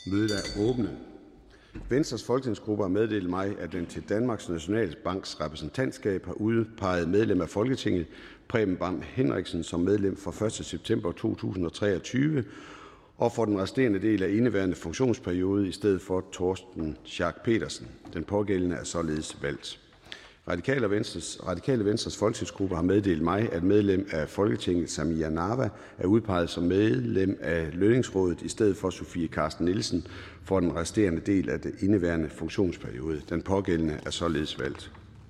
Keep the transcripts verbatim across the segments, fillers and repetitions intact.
Mødet er åbnet. Venstres folketingsgruppe har meddelt mig, at den til Danmarks Nationalbanks repræsentantskab har udpeget medlem af Folketinget Preben Bang Henriksen som medlem fra første september to tusind og treogtyve og for den resterende del af indeværende funktionsperiode i stedet for Torsten Schack Petersen. Den pågældende er således valgt. Radikale Venstres, Radikale Venstres folketingsgruppe har meddelt mig, at medlem af Folketinget Samia Nawa er udpeget som medlem af Lønningsrådet i stedet for Sofie Carsten Nielsen for den resterende del af det indeværende funktionsperiode. Den pågældende er således valgt.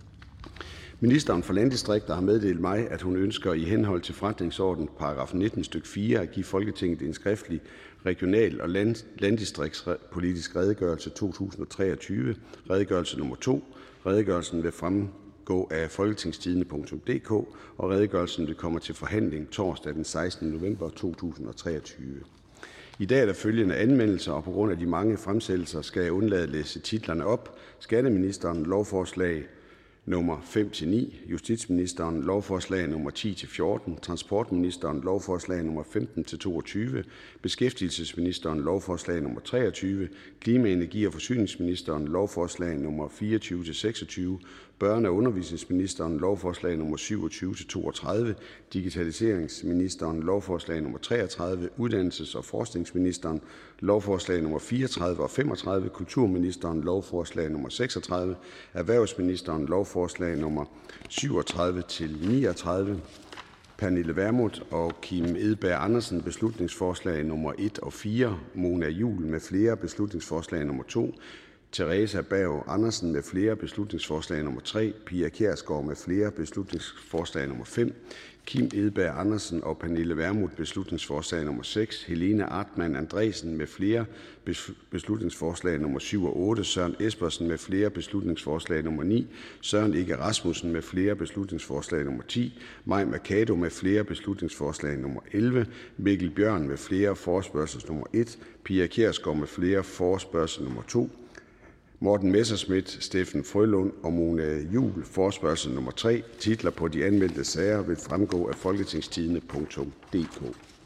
Ministeren for Landdistrikter har meddelt mig, at hun ønsker i henhold til forretningsorden paragraf nitten stykke fire at give Folketinget en skriftlig regional- og land, landdistriktspolitisk redegørelse to tusind og treogtyve, redegørelse nummer to. Redegørelsen vil fremgå af folketingstidende punktum d k, og redegørelsen vil komme til forhandling torsdag den sekstende november to tusind og treogtyve. I dag er der følgende anmeldelser, og på grund af de mange fremsættelser skal jeg undlade at læse titlerne op. Skatteministeren lovforslag nummer fem til ni, Justitsministeren lovforslag nummer ti til fjorten, Transportministeren lovforslag nummer femten til toogtyve, Beskæftigelsesministeren lovforslag nummer treogtyve, Klima-, Energi- og Forsyningsministeren lovforslag nummer fireogtyve til seksogtyve, Børne- og Undervisningsministeren lovforslag nummer syvogtyve til toogtredive, Digitaliseringsministeren lovforslag nummer treogtredive, Uddannelses- og Forskningsministeren lovforslag nummer fireogtredive og femogtredive, Kulturministeren lovforslag nummer seksogtredive, Erhvervsministeren lovforslag nummer syvogtredive til niogtredive, Pernille Vermund og Kim Edberg Andersen beslutningsforslag nummer et og fire, Mona Juul med flere beslutningsforslag nummer to, Teresa Berg Andersen med flere beslutningsforslag nummer tre, Pia Kjærsgaard med flere beslutningsforslag nummer fem, Kim Edberg Andersen og Pernille Vermund beslutningsforslag nummer seks, Helena Artmann Andresen med flere beslutningsforslag nummer syv og otte, Søren Espersen med flere beslutningsforslag nummer ni, Søren Egge Rasmussen med flere beslutningsforslag nummer ti, Mai Mercado med flere beslutningsforslag nummer elleve, Mikkel Bjørn med flere forespørgsel nummer et, Pia Kjærsgaard med flere forespørgsel nummer to, Morten Messerschmidt, Steffen Frølund og Mona Juul forespørgsel nummer tre. Titler på de anmeldte sager vil fremgå af folketingstidende punktum d k.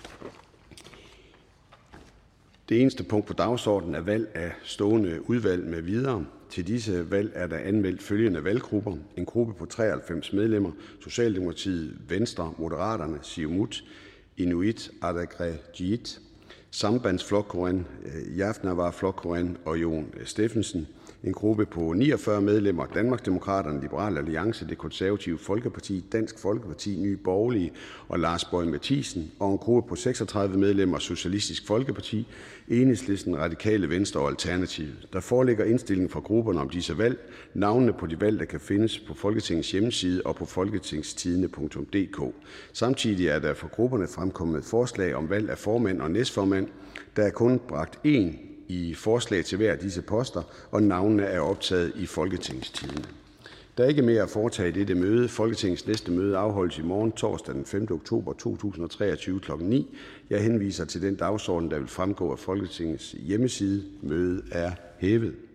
Det eneste punkt på dagsordenen er valg af stående udvalg med videre. Til disse valg er der anmeldt følgende valggrupper. En gruppe på treoghalvfems medlemmer: Socialdemokratiet, Venstre, Moderaterne, Siumut, Inuit Ataqatigiit, Sambandsflokkurin, Javnaðarflokkurin og Jon Steffensen. En gruppe på niogfyrre medlemmer: Danmarksdemokraterne, Liberal Alliance, Det Konservative Folkeparti, Dansk Folkeparti, Nye Borgerlige og Lars Boje Mathiesen. Og en gruppe på seksogtredive medlemmer: Socialistisk Folkeparti, Enhedslisten, Radikale Venstre og Alternativet. Der foreligger indstilling fra grupperne om disse valg. Navnene på de valgte kan findes på Folketingets hjemmeside og på folketingstidende punktum d k. Samtidig er der fra grupperne fremkommet forslag om valg af formand og næstformand. Der er kun bragt én i forslag til hver af disse poster, og navnene er optaget i Folketingstidende. Der er ikke mere at foretage i dette møde. Folketingets næste møde afholdes i morgen, torsdag den femte oktober to tusind og treogtyve klokken ni. Jeg henviser til den dagsorden, der vil fremgå af Folketingets hjemmeside. Mødet er hævet.